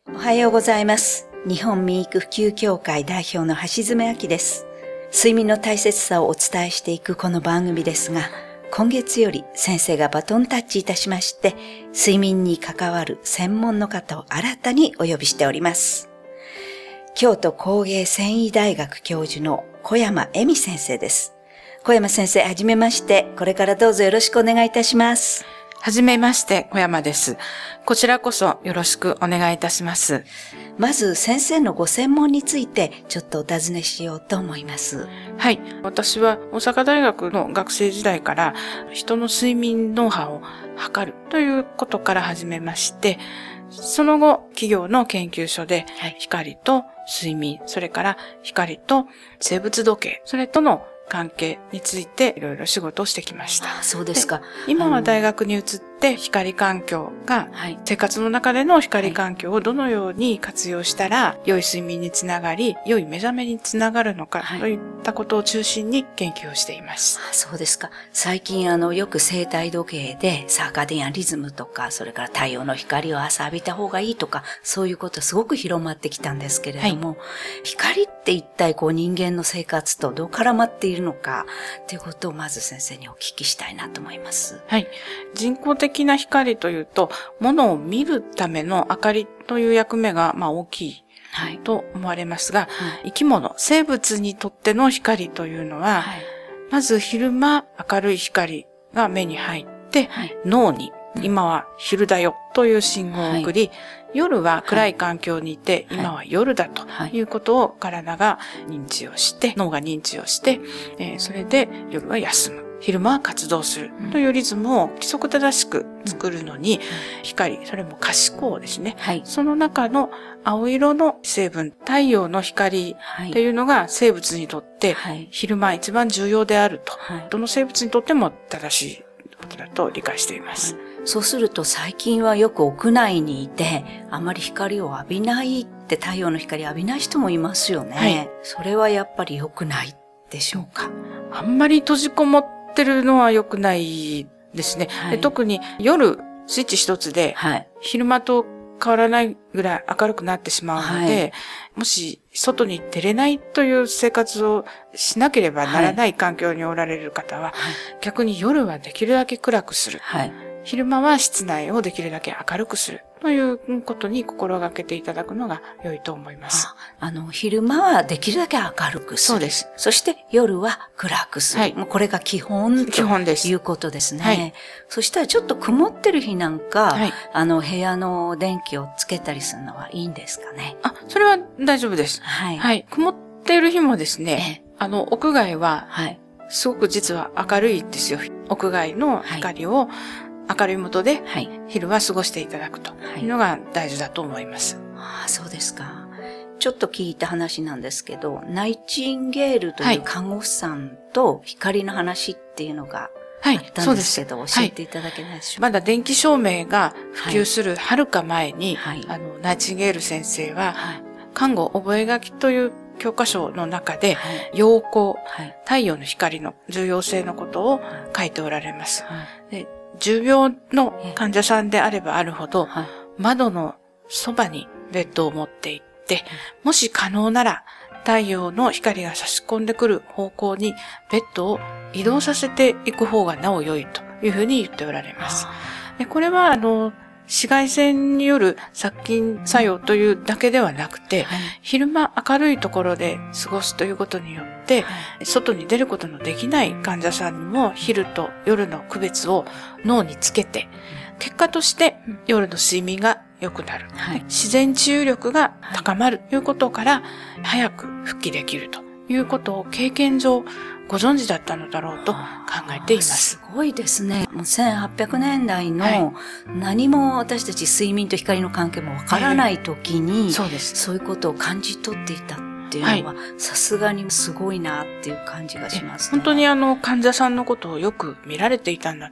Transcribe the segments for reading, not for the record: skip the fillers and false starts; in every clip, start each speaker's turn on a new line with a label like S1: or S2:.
S1: おはようございます。日本民育普及協会代表の橋爪亜希です。睡眠の大切さをお伝えしていくこの番組ですが、今月より先生がバトンタッチいたしまして、睡眠に関わる専門の方を新たにお呼びしております。京都工芸繊維大学教授の小山恵美先生です。小山先生、はじめまして。これからどうぞよろしくお願いいたします。
S2: はじめまして、小山です。こちらこそよろしくお願いいたします。
S1: まず先生のご専門についてちょっとお尋ねしようと思います。
S2: はい。私は大阪大学の学生時代から人の睡眠ノウハウを測るということから始めまして、その後企業の研究所で光と睡眠、それから光と生物時計、それとの関係についていろいろ仕事をしてきました。
S1: そうですか。
S2: 今は大学に移って光環境が、生活の中での光環境をどのように活用したら良い睡眠につながり、良い目覚めにつながるのかといったことを中心に研究をしています。
S1: そうですか。最近よく生体時計でサーカディアンリズムとか、それから太陽の光を朝浴びた方がいいとか、そういうことすごく広まってきたんですけれども、光って一体人間の生活とどう絡まっているのかということをまず先生にお聞きしたいなと思います。
S2: はい。人工的な光というと、物を見るための明かりという役目が大きいと思われますが、生き物、生物にとっての光というのは、まず昼間明るい光が目に入って、脳に今は昼だよという信号を送り、夜は暗い環境にいて、今は夜だということを体が認知をして、脳が認知をして、それで夜は休む。昼間は活動するというリズムを規則正しく作るのに、光、それも可視光ですね。その中の青色の成分、太陽の光っていうのが生物にとって昼間一番重要であると。どの生物にとっても正しいことだと理解しています。
S1: そうすると最近はよく屋内にいて、あまり光を浴びないって太陽の光浴びない人もいますよね。それはやっぱり良くないでしょうか。
S2: あんまり閉じこもってるのは良くないですね。で特に夜スイッチ一つで、昼間と変わらないぐらい明るくなってしまうので、もし外に出れないという生活をしなければならない環境におられる方は、逆に夜はできるだけ暗くする。昼間は室内をできるだけ明るくするということに心がけていただくのが良いと思います。
S1: 昼間はできるだけ明るくする。
S2: そうです。
S1: そして夜は暗くする。もうこれが基本ということですね。そしたらちょっと曇ってる日なんか、部屋の電気をつけたりするのはいいんですかね。
S2: それは大丈夫です。曇っている日もですね、屋外は、すごく実は明るいですよ。屋外の光を、明るい下で、昼は過ごしていただくというのが大事だと思います。
S1: そうですか。ちょっと聞いた話なんですけど、ナイチンゲールという看護師さんと光の話っていうのがあったんですけど、教えていただけないでしょうか。
S2: まだ電気照明が普及するはるか前に、ナイチンゲール先生は、看護覚書という教科書の中で、陽光、太陽の光の重要性のことを書いておられます。で重病の患者さんであればあるほど、窓のそばにベッドを持って行って、もし可能なら太陽の光が差し込んでくる方向にベッドを移動させていく方がなお良いというふうに言っておられます。でこれは紫外線による殺菌作用というだけではなくて、昼間明るいところで過ごすということによって、外に出ることのできない患者さんにも昼と夜の区別を脳につけて、結果として夜の睡眠が良くなる。自然治癒力が高まるということから、早く復帰できるということを経験上ご存知だったのだろうと考えています。
S1: すごいですね。もう1800年代の何も私たち睡眠と光の関係もわからない時に、そういうことを感じ取っていたっていうのは、さすがにすごいなっていう感じがします。
S2: 本当に患者さんのことをよく見られていたんだと思います。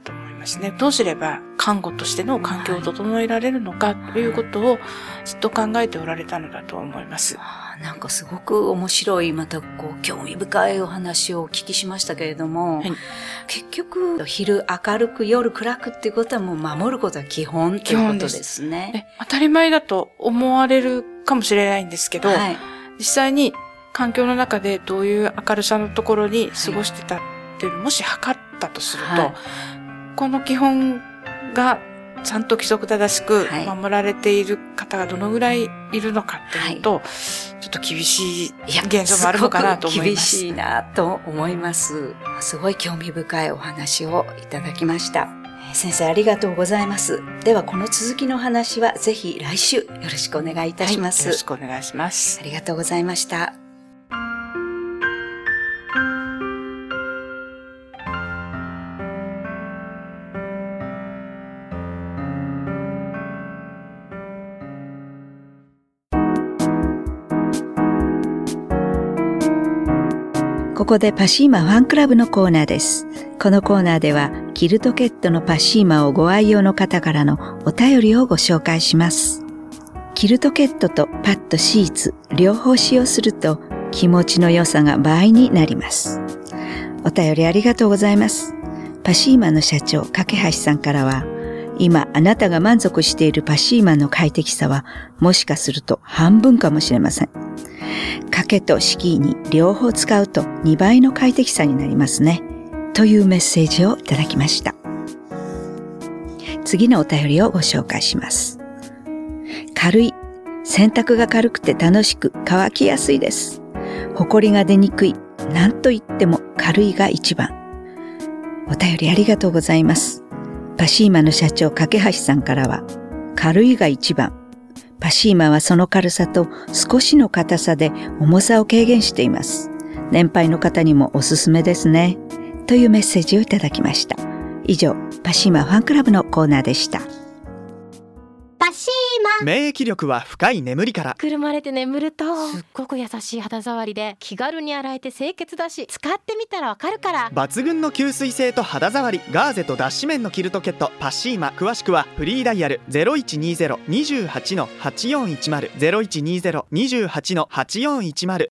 S2: ですね。どうすれば看護としての環境を整えられるのかということをずっと考えておられたのだと思います。
S1: なんかすごく面白い、また興味深いお話をお聞きしましたけれども、結局昼明るく夜暗くっていうことはもう守ることは基本ということですね。
S2: 当たり前だと思われるかもしれないんですけど、実際に環境の中でどういう明るさのところに過ごしてたっていうのをもし測ったとすると、この基本がちゃんと規則正しく守られている方がどのぐらいいるのかっていうと、ちょっと厳しい現象もあるのかなと思います。
S1: 厳しいなと思います。すごい興味深いお話をいただきました。先生ありがとうございます。ではこの続きの話はぜひ来週よろしくお願いいたします。
S2: よろしくお願いします。
S1: ありがとうございました。ここでパシーマファンクラブのコーナーです。このコーナーではキルトケットのパシーマをご愛用の方からのお便りをご紹介します。キルトケットとパッドシーツ両方使用すると気持ちの良さが倍になります。お便りありがとうございます。パシーマの社長架橋さんからは、今あなたが満足しているパシーマの快適さはもしかすると半分かもしれません。掛けと敷居に両方使うと2倍の快適さになりますね。というメッセージをいただきました。次のお便りをご紹介します。軽い。洗濯が軽くて楽しく乾きやすいです。ほこりが出にくい。なんといっても軽いが一番。お便りありがとうございます。パシーマの社長架橋さんからは、軽いが一番。パシーマはその軽さと少しの硬さで重さを軽減しています。年配の方にもおすすめですね。というメッセージをいただきました。以上、パシーマファンクラブのコーナーでした。
S3: パシーマ。
S4: 免疫力は深い眠りから。
S3: くるまれて眠るとすっごく優しい肌触りで気軽に洗えて清潔だし、使ってみたらわかるから。
S4: 抜群の吸水性と肌触り、ガーゼと脱脂綿のキルトケットパシーマ。詳しくはフリーダイヤル 0120-28-8410 0120-28-8410